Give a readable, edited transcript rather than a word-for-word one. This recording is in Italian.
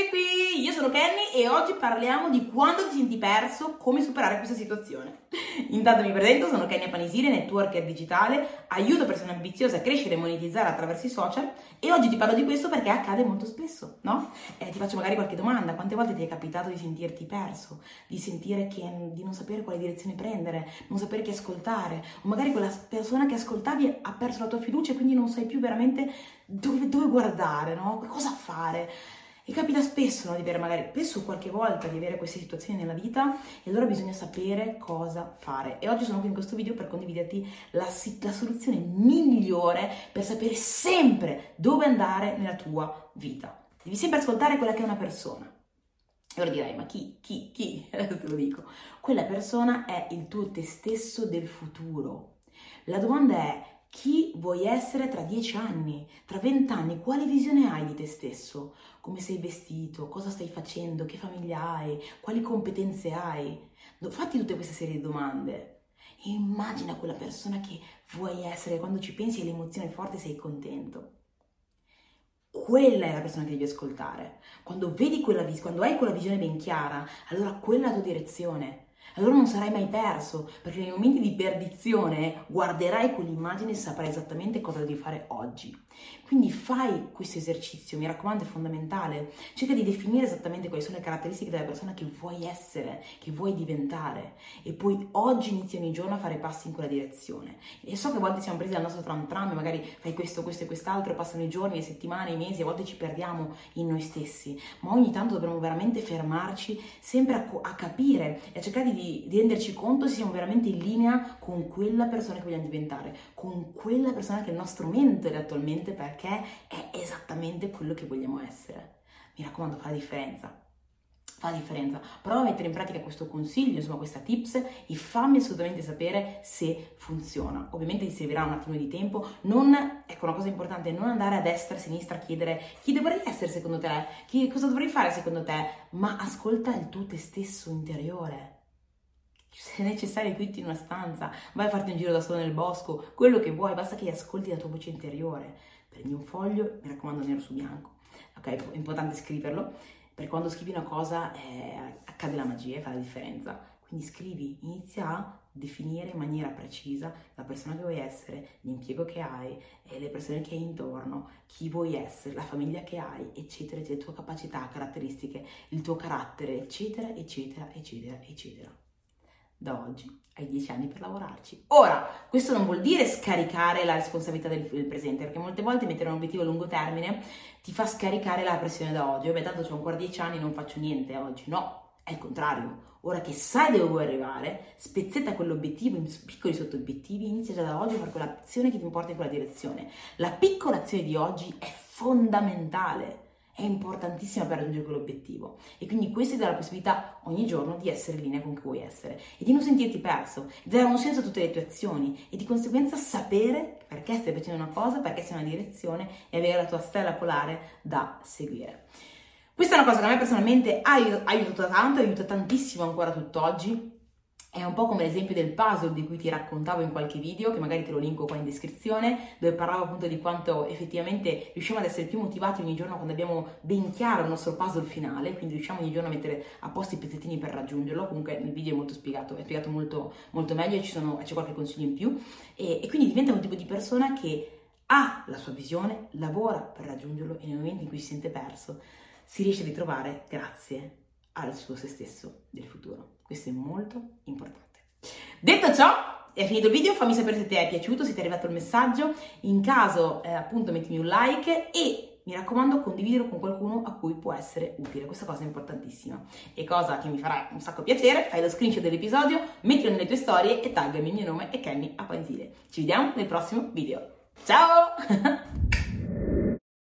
Eccoci qui, io sono Kenny e oggi parliamo di quando ti senti perso, come superare questa situazione. Intanto mi presento, sono Kenny Apanisile, networker digitale, aiuto persone ambiziose a crescere e monetizzare attraverso i social e oggi ti parlo di questo perché accade molto spesso, no? Ti faccio magari qualche domanda, quante volte ti è capitato di sentirti perso, di sentire di non sapere quale direzione prendere, non sapere chi ascoltare, o magari quella persona che ascoltavi ha perso la tua fiducia e quindi non sai più veramente dove guardare, no? Cosa fare? E capita spesso, no, di avere magari, spesso qualche volta di avere queste situazioni nella vita e allora bisogna sapere cosa fare. E oggi sono qui in questo video per condividerti la soluzione migliore per sapere sempre dove andare nella tua vita. Devi sempre ascoltare quella che è una persona. E ora direi, ma chi? Te lo dico. Quella persona è il tuo te stesso del futuro. La domanda è: chi vuoi essere tra 10 anni, tra 20 anni? Quale visione hai di te stesso? Come sei vestito? Cosa stai facendo? Che famiglia hai? Quali competenze hai? Fatti tutte queste serie di domande e immagina quella persona che vuoi essere. Quando ci pensi hai l'emozione forte, sei contento. Quella è la persona che devi ascoltare. Quando hai quella visione ben chiara, allora quella è la tua direzione. Allora non sarai mai perso, perché nei momenti di perdizione guarderai quell'immagine e saprai esattamente cosa devi fare oggi. Quindi fai questo esercizio, mi raccomando, è fondamentale. Cerca di definire esattamente quali sono le caratteristiche della persona che vuoi essere, che vuoi diventare, e poi oggi inizi ogni giorno a fare passi in quella direzione. E so che a volte siamo presi dal nostro tram, magari fai questo e quest'altro, passano i giorni, le settimane, i mesi, a volte ci perdiamo in noi stessi, ma ogni tanto dobbiamo veramente fermarci, sempre a capire e a cercare di renderci conto se siamo veramente in linea con quella persona che vogliamo diventare, con quella persona che è il nostro mentore attualmente, perché è esattamente quello che vogliamo essere. Mi raccomando, fa la differenza. Prova a mettere in pratica questo consiglio, insomma questa tips, e fammi assolutamente sapere se funziona. Ovviamente ti servirà un attimo di tempo. Ecco, una cosa importante, non andare a destra e a sinistra a chiedere chi dovrei essere secondo te, cosa dovrei fare secondo te, ma ascolta il tuo te stesso interiore. Se è necessario, chiuditi in una stanza, vai a farti un giro da solo nel bosco, quello che vuoi, basta che ascolti la tua voce interiore. Prendi un foglio, mi raccomando nero su bianco, ok? È importante scriverlo, perché quando scrivi una cosa accade la magia e fa la differenza. Quindi scrivi, inizia a definire in maniera precisa la persona che vuoi essere, l'impiego che hai, le persone che hai intorno, chi vuoi essere, la famiglia che hai, eccetera, eccetera, le tue capacità, caratteristiche, il tuo carattere, eccetera, eccetera, eccetera, eccetera. Da oggi hai 10 anni per lavorarci. Ora, questo non vuol dire scaricare la responsabilità del presente, perché molte volte mettere un obiettivo a lungo termine ti fa scaricare la pressione da oggi. Vabbè, tanto c'ho ancora 10 anni, non faccio niente oggi. No, è il contrario. Ora che sai dove vuoi arrivare, spezzetta quell'obiettivo in piccoli sotto-obiettivi, inizia già da oggi a fare quell'azione che ti porta in quella direzione. La piccola azione di oggi è fondamentale. È importantissima per raggiungere quell'obiettivo e quindi questo ti dà la possibilità ogni giorno di essere in linea con chi vuoi essere e di non sentirti perso, di dare un senso a tutte le tue azioni e di conseguenza sapere perché stai facendo una cosa, perché sei in una direzione e avere la tua stella polare da seguire. Questa è una cosa che a me personalmente ha aiutato tanto, aiuta tantissimo ancora tutt'oggi. È un po' come l'esempio del puzzle di cui ti raccontavo in qualche video, che magari te lo linko qua in descrizione, dove parlavo appunto di quanto effettivamente riusciamo ad essere più motivati ogni giorno quando abbiamo ben chiaro il nostro puzzle finale, quindi riusciamo ogni giorno a mettere a posto i pezzettini per raggiungerlo. Comunque nel video è molto spiegato, è spiegato molto, molto meglio e c'è qualche consiglio in più e quindi diventa un tipo di persona che ha la sua visione, lavora per raggiungerlo e nei momenti in cui si sente perso si riesce a ritrovare grazie al suo se stesso del futuro. Questo è molto importante. Detto ciò, è finito il video, fammi sapere se ti è piaciuto, se ti è arrivato il messaggio. In caso, appunto, mettimi un like e mi raccomando, condividilo con qualcuno a cui può essere utile. Questa cosa è importantissima. E cosa che mi farà un sacco piacere, fai lo screenshot dell'episodio, mettilo nelle tue storie e taggami, il mio nome è Kenny Apanisile. Ci vediamo nel prossimo video. Ciao!